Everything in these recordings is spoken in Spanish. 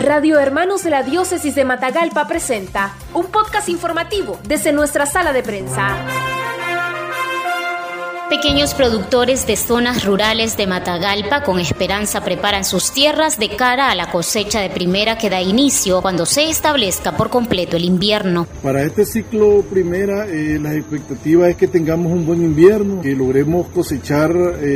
Radio Hermanos de la Diócesis de Matagalpa presenta un podcast informativo desde nuestra sala de prensa. Pequeños productores de zonas rurales de Matagalpa con esperanza preparan sus tierras de cara a la cosecha de primera que da inicio cuando se establezca por completo el invierno. Para este ciclo primera, las expectativas es que tengamos un buen invierno, que logremos cosechar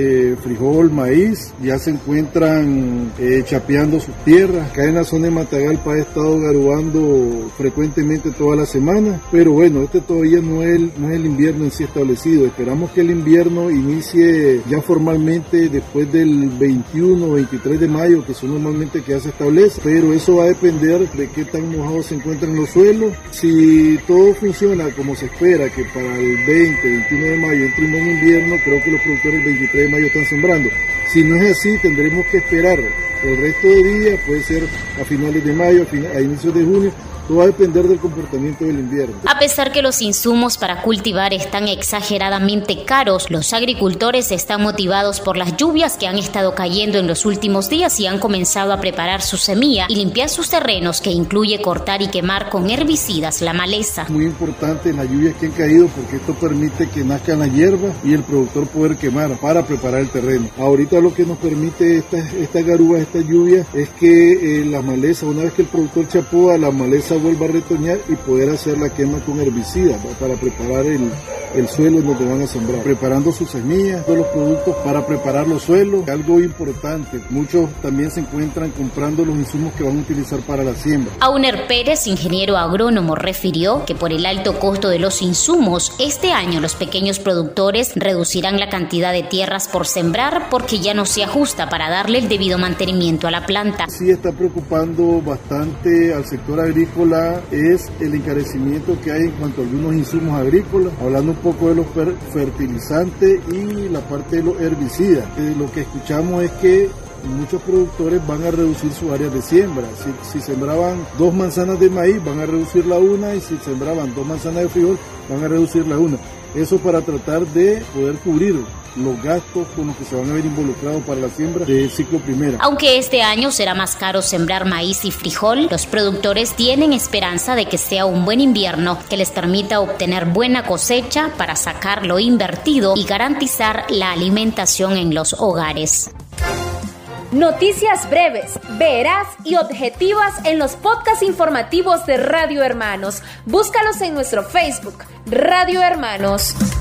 frijol, maíz. Ya se encuentran chapeando sus tierras. Acá en la zona de Matagalpa he estado garubando frecuentemente toda la semana, pero bueno, este todavía no es el invierno en sí establecido. Esperamos que el invierno inicie ya formalmente después del 21 o 23 de mayo, que son normalmente que ya se establece, pero eso va a depender de qué tan mojados se encuentran los suelos. Si todo funciona como se espera, que para el 20-21 de mayo entre un buen invierno, creo que los productores el 23 de mayo están sembrando. Si no es así, tendremos que esperar el resto de días, puede ser a finales de mayo, a inicios de junio. Todo va a depender del comportamiento del invierno. A pesar que los insumos para cultivar están exageradamente caros, los agricultores están motivados por las lluvias que han estado cayendo en los últimos días y han comenzado a preparar su semilla y limpiar sus terrenos, que incluye cortar y quemar con herbicidas la maleza. Muy importante las lluvias que han caído, porque esto permite que nazcan las hierbas y el productor poder quemar para preparar el terreno. Ahorita lo que nos permite esta garúa, esta lluvia, es que la maleza, una vez que el productor chapúa, la maleza vuelva a retoñar y poder hacer la quema con herbicidas para preparar el suelo donde van a sembrar, preparando sus semillas, todos los productos para preparar los suelos. Algo importante, muchos también se encuentran comprando los insumos que van a utilizar para la siembra. Auner Pérez, ingeniero agrónomo, refirió que por el alto costo de los insumos, este año los pequeños productores reducirán la cantidad de tierras por sembrar porque ya no se ajusta para darle el debido mantenimiento a la planta. Sí está preocupando bastante al sector agrícola es el encarecimiento que hay en cuanto a algunos insumos agrícolas, hablando un poco de los fertilizantes y la parte de los herbicidas. Lo que escuchamos es que muchos productores van a reducir sus áreas de siembra. Si sembraban 2 manzanas de maíz, van a reducirla a 1, y si sembraban 2 manzanas de frijol, van a reducirla a 1. Eso para tratar de poder cubrir los gastos con los que se van a ver involucrados para la siembra del ciclo primera. Aunque este año será más caro sembrar maíz y frijol, los productores tienen esperanza de que sea un buen invierno que les permita obtener buena cosecha para sacar lo invertido y garantizar la alimentación en los hogares. Noticias breves, veraz y objetivas en los podcasts informativos de Radio Hermanos. Búscalos en nuestro Facebook, Radio Hermanos.